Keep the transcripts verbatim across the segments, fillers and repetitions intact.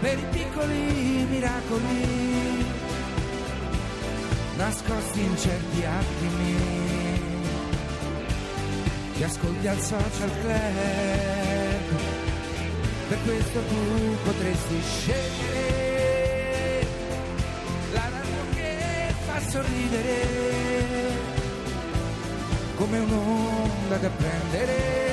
per i piccoli miracoli nascosti in certi attimi che ascolti al Social Club. Per questo tu potresti scegliere la radio che fa sorridere come un'onda da prendere,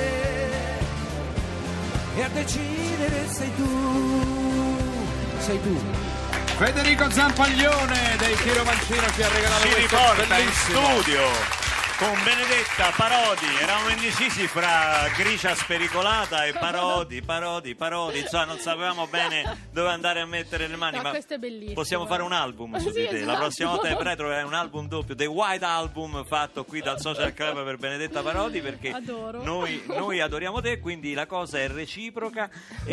e a decidere sei tu, sei tu. Federico Zampaglione dei Chiro Mancino ci ha regalato ci questo riporta in bellissimo studio con Benedetta Parodi. Eravamo indecisi fra Gricia Spericolata e Parodi, Parodi, Parodi, insomma non sapevamo bene dove andare a mettere le mani. No, ma questo è bellissimo. possiamo fare un album su Sì, di te. esatto. La prossima volta che avrai troverai un album doppio, The White Album, fatto qui dal Social Club per Benedetta Parodi, perché Adoro. noi, noi adoriamo te, quindi la cosa è reciproca.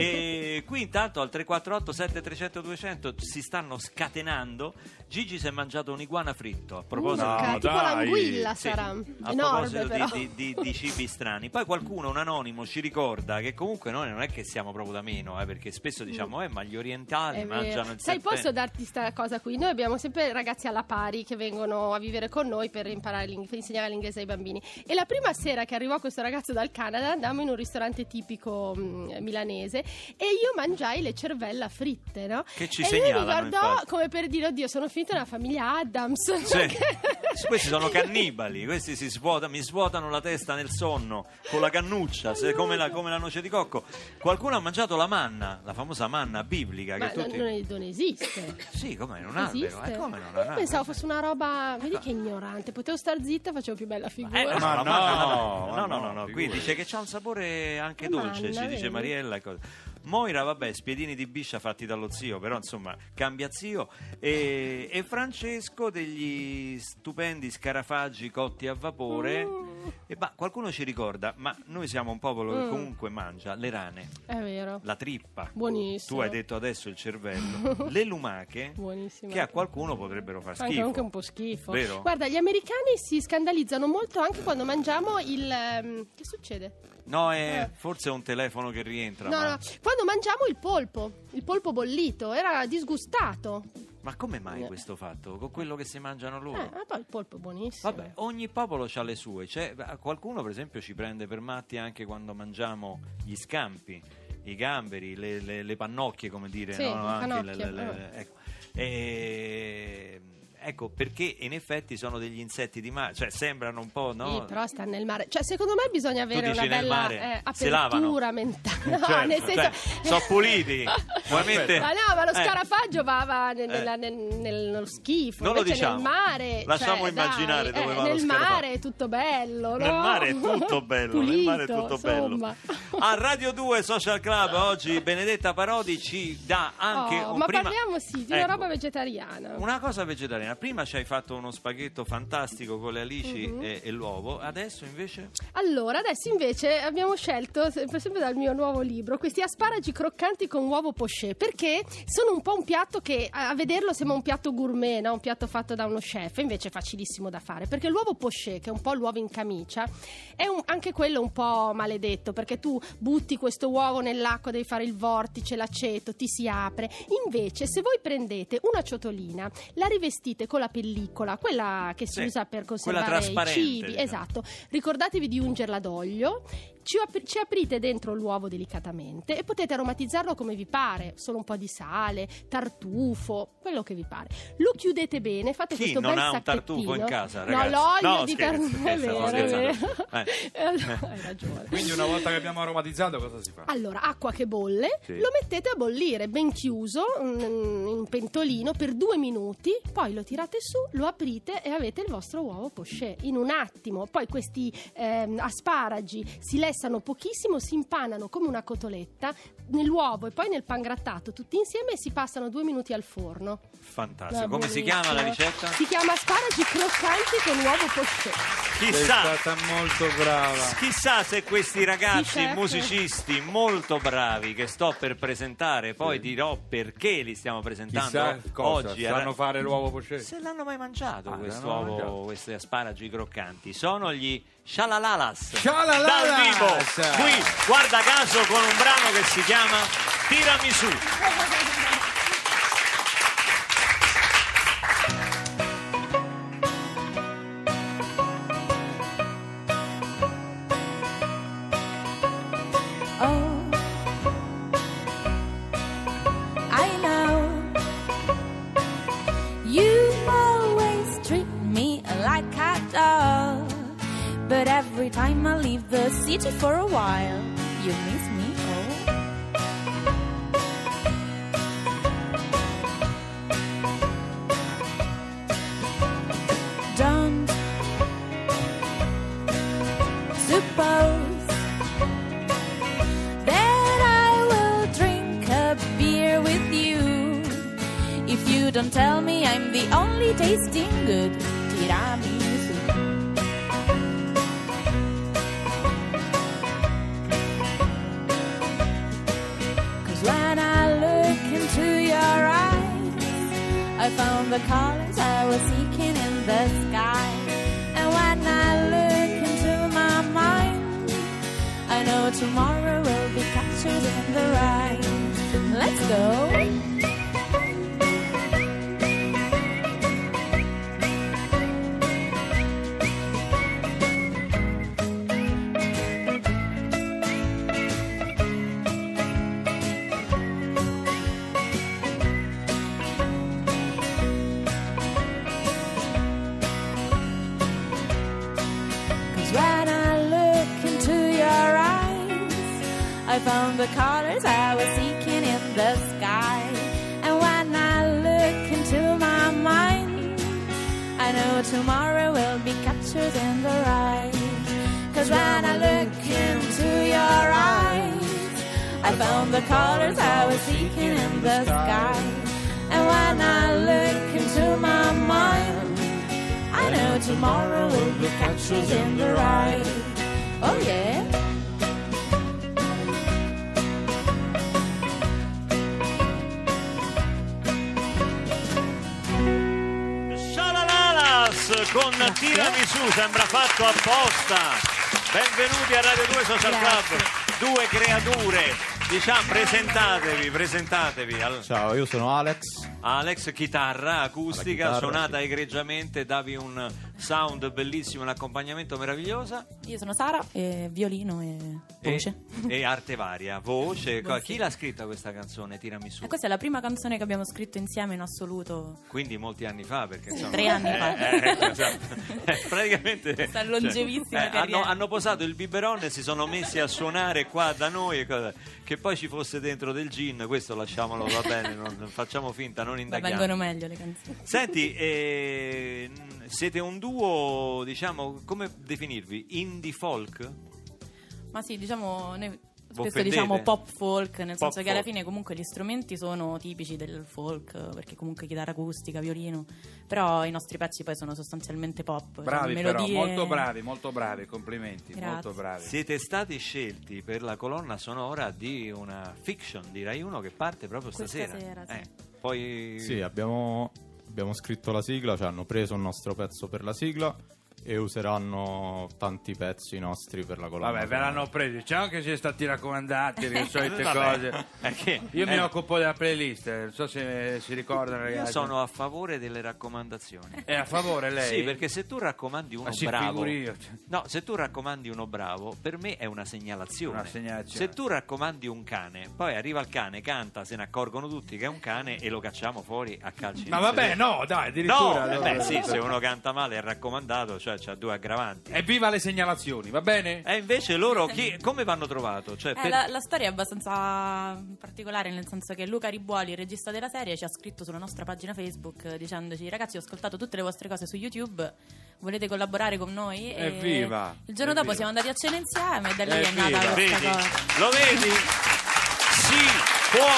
E qui intanto al tre quattro otto sette tre zero zero due zero zero si stanno scatenando. Gigi si è mangiato un'iguana fritto, a proposito Urca, di... tipo dai. l'anguilla Sì, sarà. a Enorme proposito però. di, di, di, di cibi strani. Poi qualcuno, un anonimo, ci ricorda che comunque noi non è che siamo proprio da meno, eh, perché spesso diciamo eh, ma gli orientali È mangiano vero. il Sai, serpente. posso darti sta cosa qui? Noi abbiamo sempre ragazzi alla pari che vengono a vivere con noi per imparare l'ing- per insegnare l'inglese ai bambini. E la prima sera che arrivò questo ragazzo dal Canada andammo in un ristorante tipico mh, milanese e io mangiai le cervella fritte, no? Che ci e lui mi segnalano, guardò infatti. come per dire oddio, sono finita nella famiglia Addams. Sì. Questi sono cannibali, questi si svuota, mi svuotano la testa nel sonno con la cannuccia, se, come, la, come la noce di cocco. Qualcuno ha mangiato la manna, la famosa manna biblica. Ma che non, tutti... non, non esiste. Sì, come in un Esiste? albero, eh, come in un Io albero. pensavo fosse una roba, vedi che ignorante, potevo star zitta e facevo più bella figura. Eh, no, Ma no, no, no, ma no, no, no, no, qui figurati. dice che c'ha un sapore anche La dolce, manna, ci dice vedi? Mariella. e cosa. Moira, vabbè, spiedini di biscia fatti dallo zio, però insomma cambia zio. E, e Francesco degli stupendi scarafaggi cotti a vapore. Mm. E, ma qualcuno ci ricorda, ma noi siamo un popolo che Mm. comunque mangia le rane, È vero. la trippa. Buonissimo. Tu hai detto adesso il cervello, le lumache, Buonissimo. che a qualcuno potrebbero far Anche, schifo. anche un po' schifo. Vero? Guarda, gli americani si scandalizzano molto anche quando mangiamo il... ehm, che succede? No, è Eh. forse è un telefono che rientra. No, ma... no, quando mangiamo il polpo, il polpo bollito, era disgustato. Ma come mai Eh. questo fatto? Con quello che si mangiano loro? Eh, ma poi il polpo è buonissimo. Vabbè, ogni popolo ha le sue. C'è, qualcuno, per esempio, ci prende per matti anche quando mangiamo gli scampi, i gamberi, le, le- le pannocchie, come dire. Sì, no? le Anche pannocchie, le- le- eh. ecco. E- ecco, perché in effetti sono degli insetti di mare, cioè sembrano un po', no? Sì, però sta nel mare. Cioè, secondo me bisogna avere dici una nel bella mare? eh, Si lavano? apertura mentale. No, Certo, nel senso... cioè, sono puliti. Vuoi mettere- Ma no, ma lo Eh. scarafaggio va, va nel- Eh. nella- nel- nello schifo. Non lo Invece diciamo. nel mare. Lasciamo cioè, immaginare dai, dove eh, va lo nel scarafaggio. mare è tutto bello, no? Nel mare è tutto bello, nel mare è Pulito, tutto bello. insomma. A Radio due Social Club oggi Benedetta Parodi ci dà anche Oh, un ma prima... parliamo sì di una Ecco, roba vegetariana. una cosa vegetariana. Prima ci hai fatto uno spaghetto fantastico con le alici Mhm. e, e l'uovo, adesso invece Allora, adesso invece abbiamo scelto, sempre, sempre dal mio nuovo libro, questi asparagi croccanti con uovo poché, perché sono un po' un piatto che a vederlo sembra un piatto gourmet, no? Un piatto fatto da uno chef, invece è facilissimo da fare, perché l'uovo poché, che è un po' l'uovo in camicia, è un- anche quello un po' maledetto, perché tu butti questo uovo nell'acqua, devi fare il vortice, l'aceto, ti si apre. Invece, se voi prendete una ciotolina, la rivestite con la pellicola, quella che si Sì, usa per quella conservare i trasparente, cibi, diciamo. esatto. Ricordatevi di ungerla d'olio, ci, ap- ci aprite dentro l'uovo delicatamente e potete aromatizzarlo come vi pare, solo un po' di sale, tartufo, quello che vi pare. Lo chiudete bene, fate chi questo non bel ha un sacchettino. tartufo in casa, No, ragazzi? l'olio No, di scherzo, tartufo, è scherzo, vero, sto è vero. scherzando. Eh, allora, hai ragione. Quindi una volta che abbiamo aromatizzato cosa si fa? Allora, acqua che bolle, Sì. lo mettete a bollire ben chiuso mm, in un pentolino per due minuti, poi lo tirate su, lo aprite e avete il vostro uovo poché in un attimo. Poi questi ehm, asparagi si lessano pochissimo, si impanano come una cotoletta nell'uovo e poi nel pangrattato tutti insieme e si passano due minuti al forno. Fantastico. Ah, Come si buonissimo. chiama la ricetta? Si chiama asparagi croccanti con uovo poché. Sei Chissà, stata molto brava. chissà se questi ragazzi Sì, certo. musicisti molto bravi che sto per presentare, poi Sì. dirò perché li stiamo presentando Chissà cosa, oggi. sanno fare l'uovo poché? Se l'hanno mai mangiato Ah, questo l'hanno uovo, mangiato. questi asparagi croccanti. Sono gli Shalalalas Shalalalas! dal vivo, qui guarda caso con un brano che si chiama tiramisù. Oh, I know you always treat me like a dog, but every time I leave the city for a while, you miss me. Oh, don't suppose don't tell me I'm the only tasting good tiramisu. Cause when I look into your eyes, I found the colors I was seeking in the sky. And when I look into my mind, I know tomorrow will be captured in the ride. Let's go. I found the colors I was seeking in the sky. And when I look into my mind, I know tomorrow will be captured in the ride. Cause when I look into your eyes, I found the colors I was seeking in the sky. And when I look into my mind, I know tomorrow will be captured in the ride. Oh yeah. Con tiramisù, sembra fatto apposta. Benvenuti a Radio due Social Club, due creature. Diciamo, presentatevi, presentatevi. Ciao, io sono Alex. Alex, chitarra acustica, chitarra, suonata sì. egregiamente, davi un sound bellissimo, un accompagnamento meraviglioso. Io sono Sara, e violino e voce. E, e arte varia, voce. Beh, Chi sì. l'ha scritta questa canzone, Tiramisù? E questa è la prima canzone che abbiamo scritto insieme in assoluto. Quindi molti anni fa, perché insomma, Tre anni fa. eh, eh, ecco, esatto. Eh, praticamente Questa longevissima cioè, eh, carriera. hanno, hanno posato il biberon e si sono messi a suonare qua da noi e cosa- che poi ci fosse dentro del gin, questo lasciamolo, va bene, non facciamo finta, non Ma indaghiamo. vengono meglio le canzoni. Senti, eh, siete un duo, diciamo, come definirvi? Indie folk? Ma sì, diciamo, noi spesso offendete? diciamo pop folk, nel Pop senso che alla folk. fine comunque gli strumenti sono tipici del folk, perché comunque chitarra acustica, violino, però i nostri pezzi poi sono sostanzialmente pop. Bravi cioè, però, melodie... molto bravi, molto bravi, complimenti, Grazie. molto bravi. Siete stati scelti per la colonna sonora di una fiction di Rai uno che parte proprio Questa stasera. sera, sì. Eh, poi Sì, abbiamo, abbiamo scritto la sigla, cioè hanno preso il nostro pezzo per la sigla e useranno tanti pezzi nostri per la colonna. Vabbè, ve sonora. l'hanno preso, diciamo che siete stati raccomandati, le solite Vabbè. cose. È che- Io mi eh, occupo della playlist, non so se si ricordano Io ragazzi. sono a favore delle raccomandazioni. È a favore lei? Sì, perché se tu raccomandi uno Ma si bravo, figuri io. no, se tu raccomandi uno bravo, per me è una segnalazione. Una segnalazione. Se tu raccomandi un cane, poi arriva il cane, canta, se ne accorgono tutti che è un cane e lo cacciamo fuori a calci. Ma di vabbè, sedere. no, dai, No, addirittura. eh allora. beh, sì, se uno canta male è raccomandato, cioè c'ha due aggravanti. Evviva le segnalazioni, va bene? E invece loro chi, come vanno trovato? Cioè, Eh, per- la, la storia è abbastanza particolare, nel senso che Luca Ribuoli, il regista della serie, ci ha scritto sulla nostra pagina Facebook eh, dicendoci: ragazzi, ho ascoltato tutte le vostre cose su YouTube, volete collaborare con noi? E Evviva! il giorno dopo Evviva! siamo andati a cena insieme e da lì è Evviva! nata questa Vedi? cosa. Lo vedi? Si può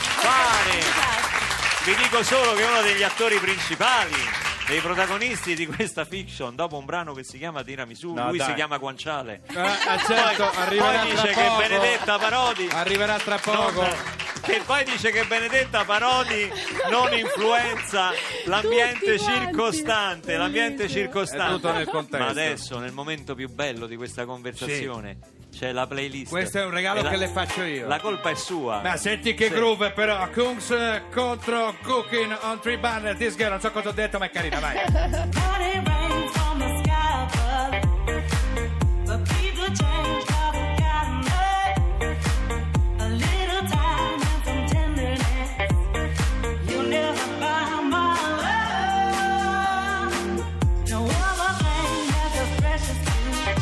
fare! Vi dico solo che uno degli attori principali, dei protagonisti di questa fiction, dopo un brano che si chiama Tiramisù, No, lui dai. si chiama Guanciale. Eh, eh, certo, arriverà Poi tra dice che poco. Benedetta Parodi Arriverà tra poco. non- che poi dice che Benedetta Parodi non influenza l'ambiente Tutti quanti. circostante, l'ambiente Bellissimo. circostante. È tutto nel contesto. Ma adesso, nel momento più bello di questa conversazione, c'è la playlist. Questo è un regalo E la- che le faccio io. La colpa è sua. Ma senti che Sì. groove però. Kungs eh, contro Cooking on Three Burners. This girl, non so cosa ho detto, ma è carina, vai. Money rains from the sky above, but people change, haven't gotten up. A little time and some tenderness, you'll never buy my love. No other thing that's as precious to me.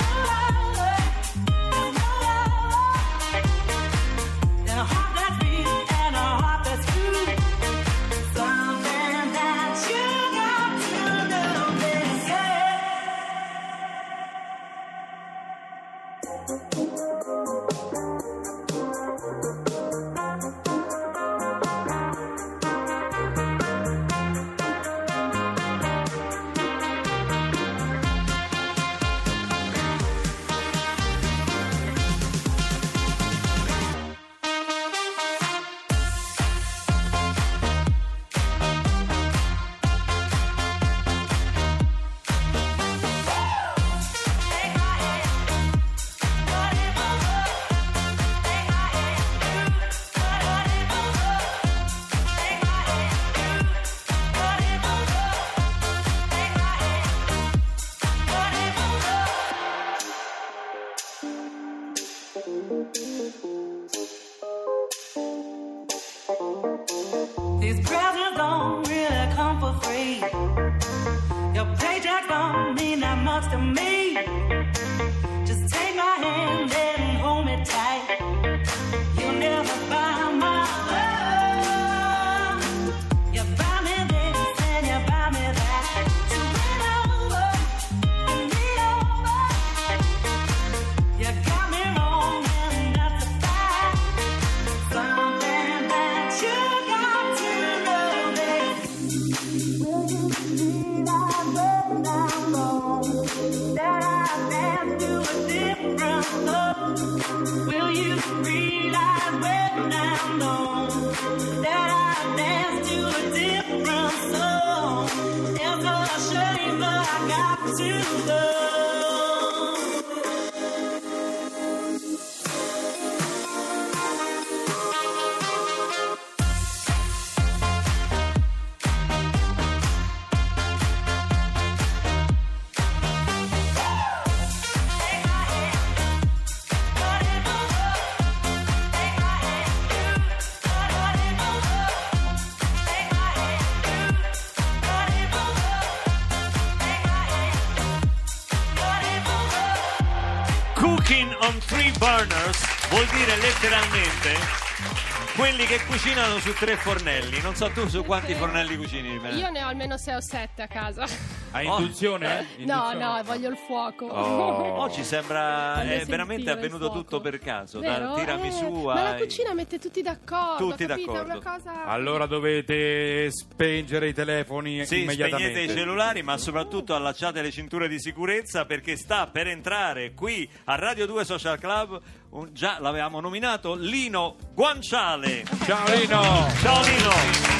The heart that beats and a heart that's true. Something that you got to know, they say. These presents don't really come for free. Your paycheck don't mean that much to me. Just take my hand and hold me tight. You'll never buy my love. You buy me this and you buy me that. To win over, win me over. You got me wrong and that's a fact. Something that you got to know, baby. Will you believe I went down wrong? That I danced to a different love? Will you realize when I'm gone that I danced to a different song? It's a shame that I got to go. Cooking on Three Burners vuol dire letteralmente quelli che cucinano su tre fornelli. Non so tu su quanti fornelli cucini. Io ne ho almeno sei o sette a casa. A induzione? eh? No, Induzione. no, voglio il fuoco. Oh, ci sembra Voglio è veramente sentire il avvenuto fuoco. tutto per caso, Vero? dal tiramisù Eh, ma la ai- cucina mette tutti d'accordo. Tutti capito? d'accordo. È una cosa... Allora dovete spengere i telefoni Sì, immediatamente. spegnete i cellulari, ma soprattutto allacciate le cinture di sicurezza perché sta per entrare qui a Radio due Social Club, un- già l'avevamo nominato, Lino Guanciale. Ciao Lino! Ciao Lino!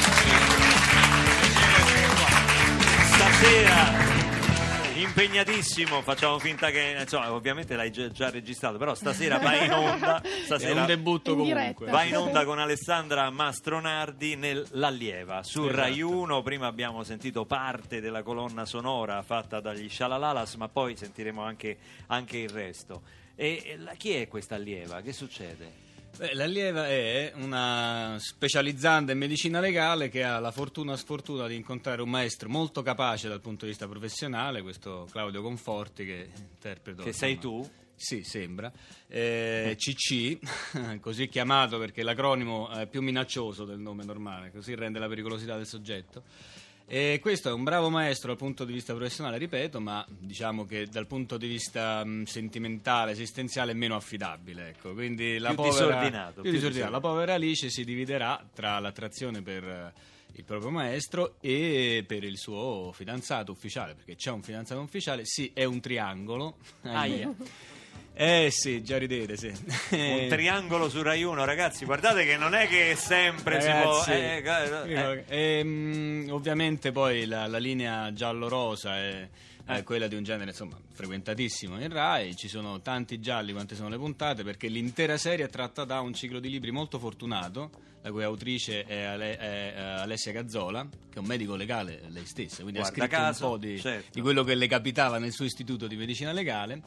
Stasera impegnatissimo, facciamo finta che insomma, ovviamente l'hai già, già registrato, però stasera vai in onda, È stasera un debutto In comunque. diretta. va in onda con Alessandra Mastronardi nell'Allieva su Esatto. Rai uno. Prima abbiamo sentito parte della colonna sonora fatta dagli Shalalalas, ma poi sentiremo anche, anche il resto. E, e la- chi è questa Allieva? Che succede? Beh, l'Allieva è una specializzante in medicina legale che ha la fortuna sfortuna di incontrare un maestro molto capace dal punto di vista professionale, questo Claudio Conforti, che interpreto. Che insomma, sei tu? Sì, sembra. Eh, C C, così chiamato perché è l'acronimo eh, più minaccioso del nome normale, così rende la pericolosità del soggetto. E questo è un bravo maestro dal punto di vista professionale, ripeto, ma diciamo che dal punto di vista mh, sentimentale, esistenziale è meno affidabile, ecco. Quindi la Più povera, disordinato, più più disordinato. disordinato. La povera Alice si dividerà tra l'attrazione per eh, il proprio maestro e per il suo fidanzato ufficiale, perché c'è un fidanzato ufficiale, sì, è un triangolo. Aia. Eh sì, già ridete, sì. Un triangolo su Rai uno, ragazzi, guardate che non è che sempre si può... Ragazzi, eh, eh, eh. Ehm, ovviamente poi la, la linea giallo-rosa è eh, quella di un genere insomma frequentatissimo in Rai. Ci sono tanti gialli quante sono le puntate, perché l'intera serie è tratta da un ciclo di libri molto fortunato, la cui autrice è, Ale- è uh, Alessia Gazzola, che è un medico legale lei stessa, quindi Guarda ha scritto caso, un po' di, certo. di quello che le capitava nel suo istituto di medicina legale.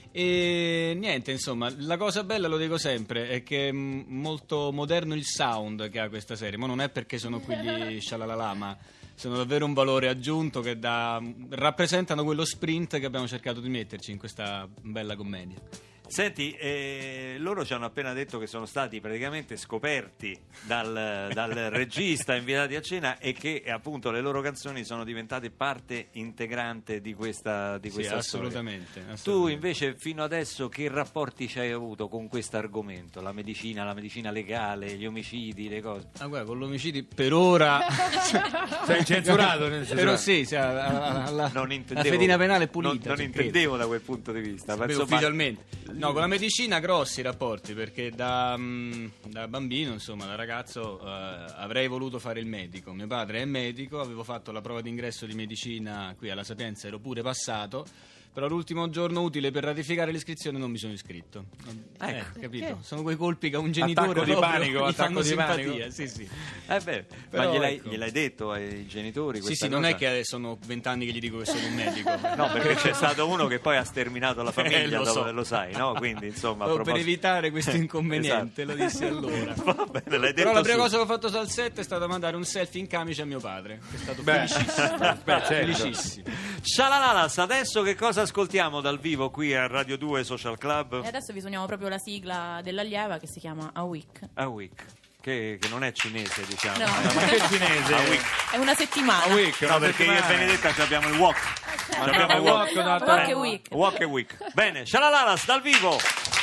E niente, insomma, la cosa bella, lo dico sempre, è che è m- molto moderno il sound che ha questa serie, ma non è perché sono qui gli scialalala, ma sono davvero un valore aggiunto che da, rappresentano quello sprint che abbiamo cercato di metterci in questa bella commedia. Senti, eh, loro ci hanno appena detto che sono stati praticamente scoperti dal, dal regista, invitati a cena, e che appunto le loro canzoni sono diventate parte integrante di questa, di Sì, questa assolutamente, storia. assolutamente. Tu invece fino adesso che rapporti ci hai avuto con questo argomento? La medicina, la medicina legale, gli omicidi, le cose? Ah, guarda, con l'omicidi per ora Sei censurato, nel senso- però sì, sì, alla, alla- Non la intendevo, fedina penale è non, pulita, non cioè, intendevo da quel punto di vista. Beh, Penso- ufficialmente. No, con la medicina grossi rapporti, perché da, mh, da bambino, insomma, da ragazzo eh, avrei voluto fare il medico. Mio padre è medico, avevo fatto la prova d'ingresso di medicina qui alla Sapienza, ero pure passato. Però l'ultimo giorno utile per ratificare l'iscrizione non mi sono iscritto. Eh, Ecco. capito? Perché? Sono quei colpi che a un genitore Attacco di proprio panico, gli attacco fanno di simpatia. panico. Sì, sì. Eh beh, Però ma gliel'hai, ecco. gliel'hai detto ai genitori Sì, questa sì, non cosa? è che sono vent'anni che gli dico che sono un medico. No, perché c'è stato uno che poi ha sterminato la famiglia, Eh, lo dopo- so. lo sai, no? Quindi insomma a Proprio per proposito- evitare questo inconveniente, Esatto. lo dissi allora. Va bene, l'hai detto Però la prima su. cosa che ho fatto sul set è stata mandare un selfie in camicia a mio padre, che è stato Beh, felicissimo. beh, certo. felicissimo. Shalalalas, adesso che cosa ascoltiamo dal vivo qui a Radio due Social Club? E adesso vi suoniamo proprio la sigla dell'allieva che si chiama A Week. A Week, che, che non è cinese, diciamo. No. Eh, Ma che cinese? A Week. È una settimana. A week, No, una perché io e settimana. Benedetta ci abbiamo il walk. Abbiamo il walk, no, Walk Eh, a week. Walk a week. Bene, Shalalalas dal vivo.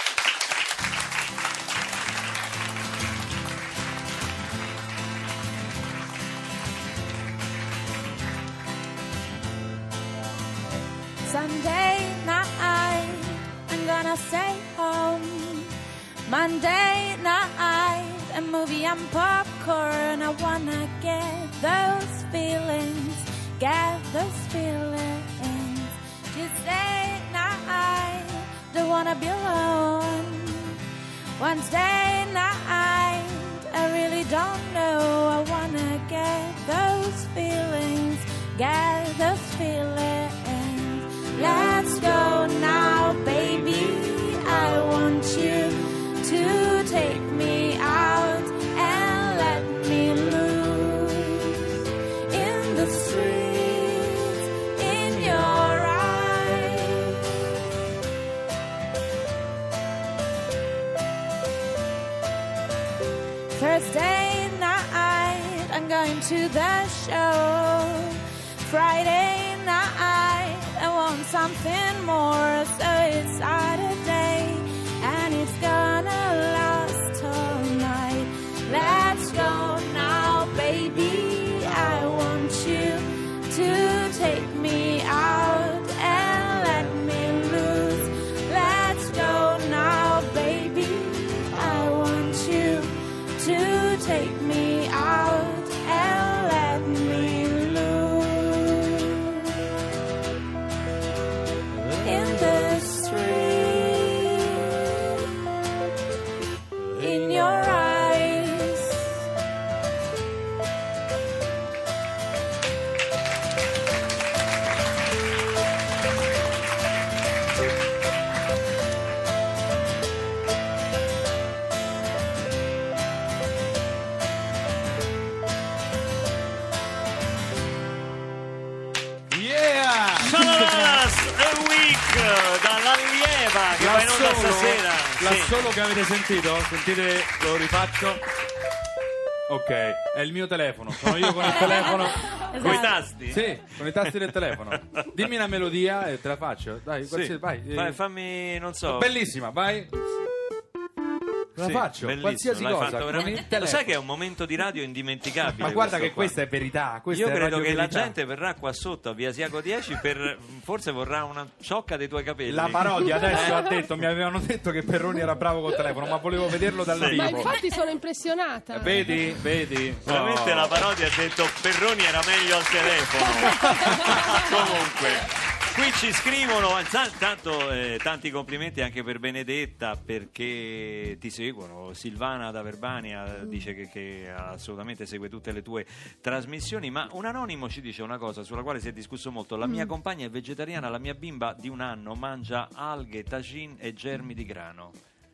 Sunday night, I'm gonna stay home. Monday night, a movie and popcorn. I wanna get those feelings, get those feelings. Tuesday night, don't wanna be alone. Wednesday night, I really don't know. I wanna get those feelings, get those feelings. Let's go now, baby. I want you to take me out and let me loose in the streets, in your eyes. Thursday night, I'm going to the show. Friday night, I want something more, so it's Saturday, and it's gonna last all night. Let's go now, baby. I want you to take me out and let me loose. Let's go now, baby. I want you to take me out and let me loose in the street, in your eyes. Yeah! Shalalalas a Week dall'allieva che va in onda stasera. la Sì. solo che avete sentito? Sentite, lo rifaccio. Ok, è il mio telefono. Sono io con il telefono. Con i Esatto. tasti? Sì, con i tasti del telefono. Dimmi una melodia e te la faccio. Dai, Sì. qualsiasi- vai. Fai- eh, fammi, non so. Bellissima, vai. La Sì, faccio, bellissimo, qualsiasi l'hai cosa. fatto con veramente- il telefono. Lo sai che è un momento di radio indimenticabile? Ma guarda questo che qua. questa è verità. Questa Io è credo che la radioverità. gente verrà qua sotto a Via Siago dieci per forse vorrà una ciocca dei tuoi capelli. La parodia adesso ha detto, mi avevano detto che Perroni era bravo col telefono, ma volevo vederlo dal Sì. vivo. Ma infatti sono impressionata. Vedi, vedi. Veramente Oh. la parodia ha detto Perroni era meglio al telefono. Comunque Qui ci scrivono, t- tanto, eh, tanti complimenti anche per Benedetta, perché ti seguono. Silvana da Verbania dice che, che assolutamente segue tutte le tue trasmissioni, ma un anonimo ci dice una cosa sulla quale si è discusso molto. La mia compagna è vegetariana, la mia bimba di un anno mangia alghe, tagine e germi di grano.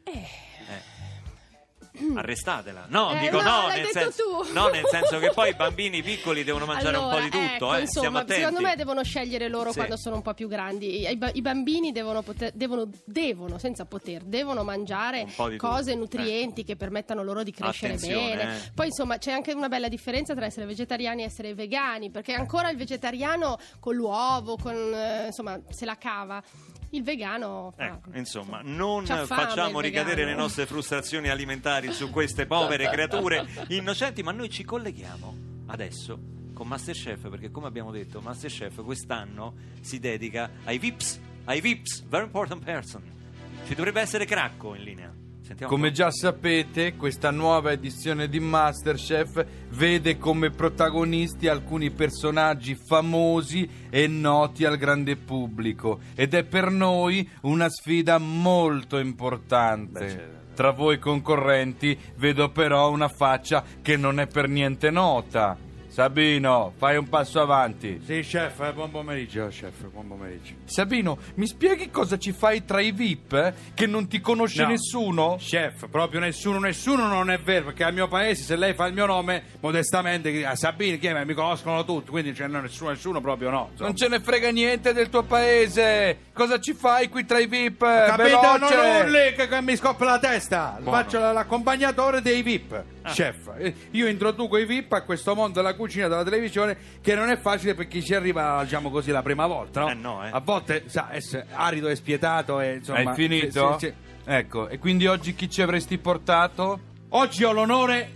Eh. Arrestatela. No, Eh, dico no, no, l'hai nel detto senso, tu. no, nel senso che poi i bambini piccoli devono mangiare Allora, un po' di tutto, ecco, eh. insomma, Stiamo attenti. secondo me devono scegliere loro Sì. quando sono un po' più grandi. I, ba- i bambini devono, poter, devono, devono, senza poter, devono mangiare Un po' di cose tutto, nutrienti che permettano loro di crescere Attenzione, bene. eh. Poi insomma c'è anche una bella differenza tra essere vegetariani e essere vegani, perché ancora il vegetariano con l'uovo, con eh, insomma se la cava. Il vegano fa- Ecco, insomma, non c'ha fame facciamo il ricadere vegano. le nostre frustrazioni alimentari su queste povere creature innocenti, ma noi ci colleghiamo adesso con Masterchef, perché come abbiamo detto Masterchef quest'anno si dedica ai V I Ps, ai V I Ps, very important person. Ci dovrebbe essere Cracco in linea. Sentiamo Come un po'. già sapete, questa nuova edizione di Masterchef vede come protagonisti alcuni personaggi famosi e noti al grande pubblico, ed è per noi una sfida molto importante. Beh, certo. Tra voi concorrenti vedo però una faccia che non è per niente nota. Sabino, fai un passo avanti. Sì, chef, eh, buon pomeriggio, chef, buon pomeriggio. Sabino, mi spieghi cosa ci fai tra i V I P? eh? Che non ti conosce No. nessuno? Chef, proprio nessuno, nessuno non è vero, perché al mio paese se lei fa il mio nome, modestamente, a Sabine, che mi conoscono tutti, quindi c'è nessuno, nessuno proprio no. insomma. Non ce ne frega niente del tuo paese. Cosa ci fai qui tra i V I P? Capito? Veloce! Non urli che, che mi scoppia la testa. Buono. Faccio l'accompagnatore dei V I P. Chef, eh, io introduco i V I P a questo mondo della cucina, della televisione, che non è facile per chi ci arriva, diciamo così, la prima volta, no? Eh, no, eh. A volte, sa, essere arido e spietato e insomma... Hai finito? sì, sì, sì. Ecco, e quindi oggi chi ci avresti portato? Oggi ho l'onore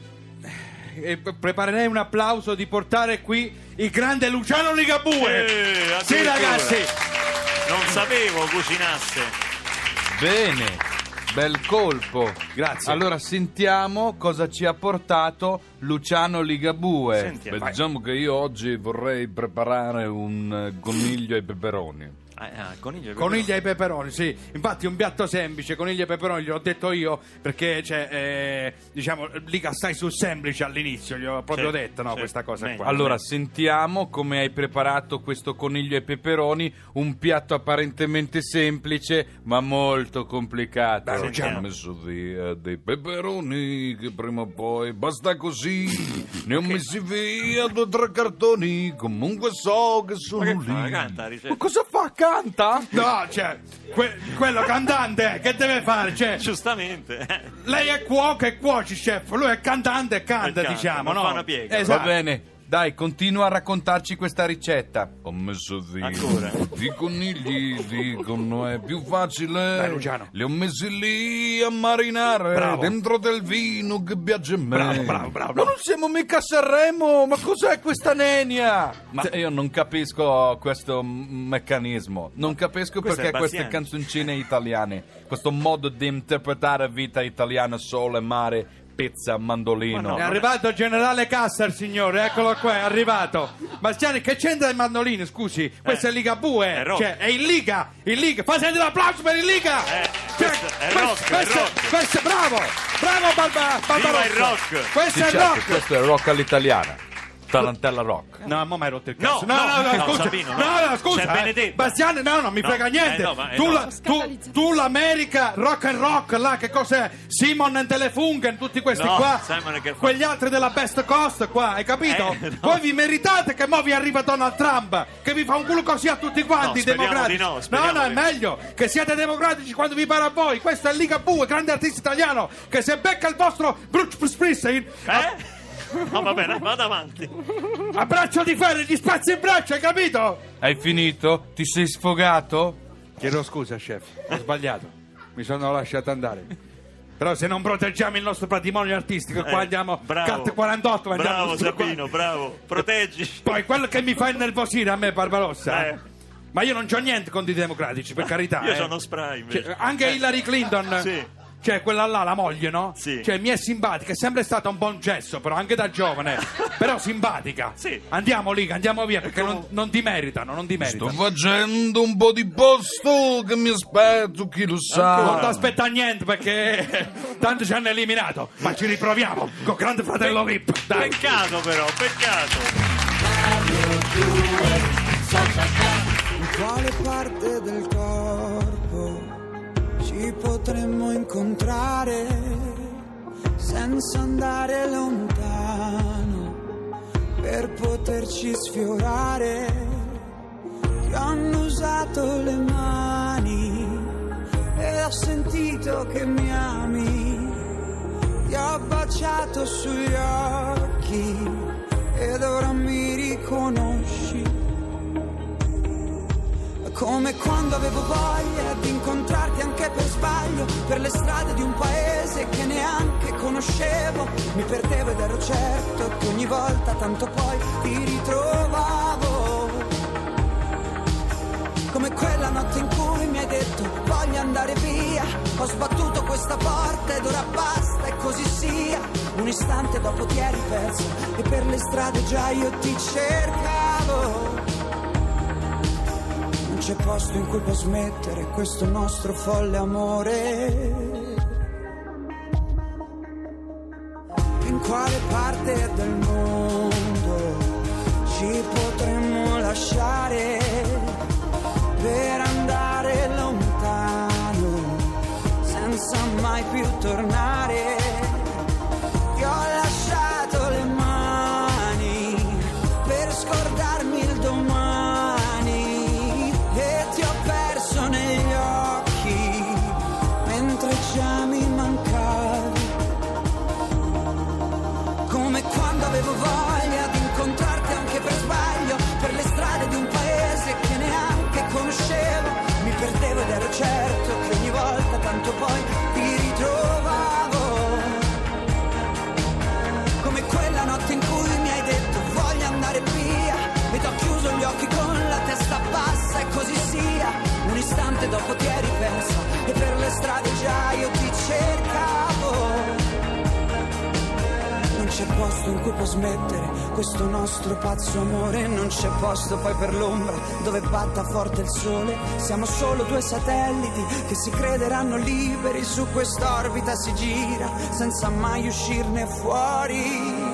e p- preparerei un applauso di portare qui il grande Luciano Ligabue. Eh, sì, addirittura. ragazzi. Non sapevo cucinasse. Bene, bel colpo. Grazie. Allora sentiamo cosa ci ha portato Luciano Ligabue. Sentiamo. Beh, diciamo che io oggi vorrei preparare un eh, coniglio ai peperoni. Ah, ah, coniglio e Coniglia ai peperoni, sì. Infatti un piatto semplice, coniglia ai peperoni, gliel'ho detto io, perché cioè, eh, diciamo, lì stai sul semplice all'inizio, gli ho proprio Certo, detto, no, certo. questa cosa Meglio. qua. Allora, sentiamo come hai preparato questo coniglio ai peperoni, un piatto apparentemente semplice, ma molto complicato. Beh, sentiamo. Ho messo via dei peperoni che prima o poi basta così. Ne ho messi via due o tre cartoni, comunque so che sono Ma che lì. fa? Canta, ricetta. Ma cosa fa? Canta? No, cioè, que- quello cantante, che deve fare? Cioè, Giustamente. eh. lei è cuoco e cuoci, chef, lui è cantante e canta, E canta, diciamo, non no? fa una piega. Esatto. Va bene, dai, continua a raccontarci questa ricetta. Ho messo via Ancora? i conigli, dicono è più facile. Dai, Luciano. Li ho messi lì a marinare Bravo. dentro del vino che piace a me. Bravo, bravo, bravo. Ma non siamo mica a Sanremo, ma cos'è questa nenia? Ma io non capisco questo m- meccanismo. Non capisco Questo perché è queste Baziani. canzoncine italiane, questo modo di interpretare vita italiana, sole, mare, pizza, mandolino. Ma no, È arrivato il generale Cassar, signore, eccolo qua, è arrivato. Bastiani, che c'entra il mandolino, scusi? Questo Eh, è Ligabue, è rock. cioè, è in Liga, in Liga. Fa sentire l'applauso per il Liga! Eh, Cioè, questo è questo- rock, è questo- rock. questo- bravo, bravo Barba, Barbarossa. il rock. Questo Sì, è certo, rock. questo è rock all'italiana. Tarantella rock. No, ma mi hai rotto il No, cazzo. no, no, scusa. Sabino, no. no, no, scusa. C'è eh. Benedetta. Bastiani, no, non mi No, frega niente. eh, no, ma- eh, tu, no. la- tu, tu l'America, rock and rock, là, che cos'è? Simon and Telefunken, tutti questi No, qua. Simon and Garfunkel. Quegli altri della Best Coast qua, hai capito? Eh, no. Voi vi meritate che mo vi arriva Donald Trump, che vi fa un culo così a tutti quanti, No, speriamo democratici. di no, no, speriamo no, è di- meglio che siate democratici quando vi pare a voi. Questo è Ligabue, grande artista italiano, che se becca il vostro Bruce Springsteen, Eh? No, va bene, vado avanti. a braccio di ferro, gli spazzi in braccio, hai capito? Hai finito? Ti sei sfogato? Chiedo scusa, chef, ho sbagliato. Mi sono lasciato andare. Però se non proteggiamo il nostro patrimonio artistico, qua Eh, andiamo bravo. cat quarantotto, andiamo Bravo stu qua. Sabino, bravo. Proteggici. Poi quello che mi fa innervosire a me, Barbarossa. Eh. Ma io non c'ho niente contro i democratici, per carità. Io eh. c'ho uno spray invece. Cioè, anche Hillary Clinton. Sì. Cioè quella là, la moglie, no? Sì. Cioè mi è simpatica, è sempre stata un buon gesto, però anche da giovane, però simpatica. Sì. Andiamo lì, andiamo via, perché non, non ti meritano, non ti Sto meritano. facendo un po' di posto che mi aspetto, chi lo sa. Non ti aspetta niente perché tanto ci hanno eliminato, ma ci riproviamo con Grande Fratello V I P. Dai. Peccato però, peccato. In quale parte del corpo ci potremmo incontrare senza andare lontano per poterci sfiorare? Ti hanno usato le mani e ho sentito che mi ami, ti ho baciato sugli occhi ed ora mi riconosci. Come quando avevo voglia di incontrarti anche per sbaglio, per le strade di un paese che neanche conoscevo. Mi perdevo ed ero certo che ogni volta tanto poi ti ritrovavo. Come quella notte in cui mi hai detto voglio andare via, ho sbattuto questa porta ed ora basta e così sia. Un istante dopo ti eri perso e per le strade già io ti cercavo. Non c'è posto in cui può smettere questo nostro folle amore. In quale parte del mondo ci potremmo lasciare per andare lontano senza mai più tornare? Ti ho lasciato le mani per scordarmi il domani e ti ho perso negli occhi mentre già mi mancavi. Come quando avevo voglia di incontrarti anche per sbaglio, per le strade di un paese che neanche conoscevo. Mi perdevo ed ero certo che ogni volta tanto poi ti ritrovavo. Come quella notte in cui mi hai detto voglio andare via ed ho chiuso gli occhi con la testa bassa e così sia. Un istante dopo ti eri perso e per le strade già io ti cercavo. Non c'è posto in cui può smettere questo nostro pazzo amore. Non c'è posto poi per l'ombra dove batta forte il sole. Siamo solo due satelliti che si crederanno liberi. Su quest'orbita si gira senza mai uscirne fuori.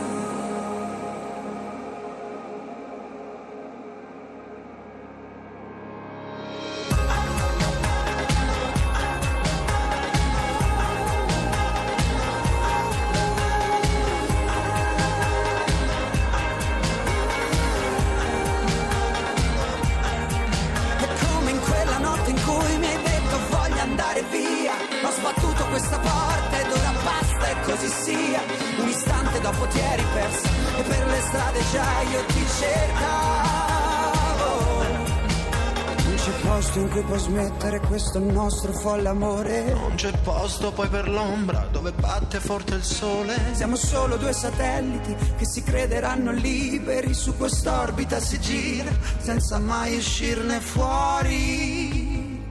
Ho sbattuto questa porta ed ora basta e così sia. Un istante dopo ti eri persa e per le strade già io ti cercavo. Non c'è posto in cui può smettere questo nostro folle amore. Non c'è posto poi per l'ombra dove batte forte il sole. Siamo solo due satelliti che si crederanno liberi. Su quest'orbita si gira senza mai uscirne fuori.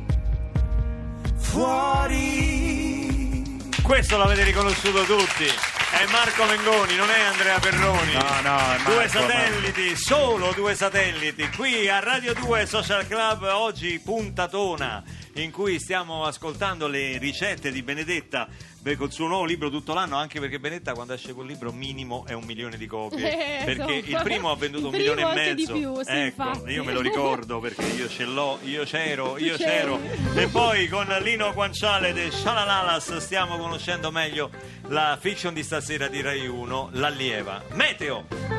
Fuori. Questo l'avete riconosciuto tutti. È Marco Mengoni, non è Andrea Perroni. No, no, è Marco, Due satelliti, solo due satelliti. Qui a Radio due Social Club, oggi puntatona in cui stiamo ascoltando le ricette di Benedetta col suo nuovo libro tutto l'anno, anche perché Benedetta quando esce quel libro minimo è un milione di copie, Eh, perché insomma. il primo ha venduto Il un milione primo e anche mezzo. di più, sì, ecco, infatti. io me lo ricordo perché io ce l'ho, io c'ero, Tu io c'eri. c'ero. E poi con Lino Guanciale de Shalalalas stiamo conoscendo meglio la fiction di stasera di Rai uno, L'allieva. Meteo!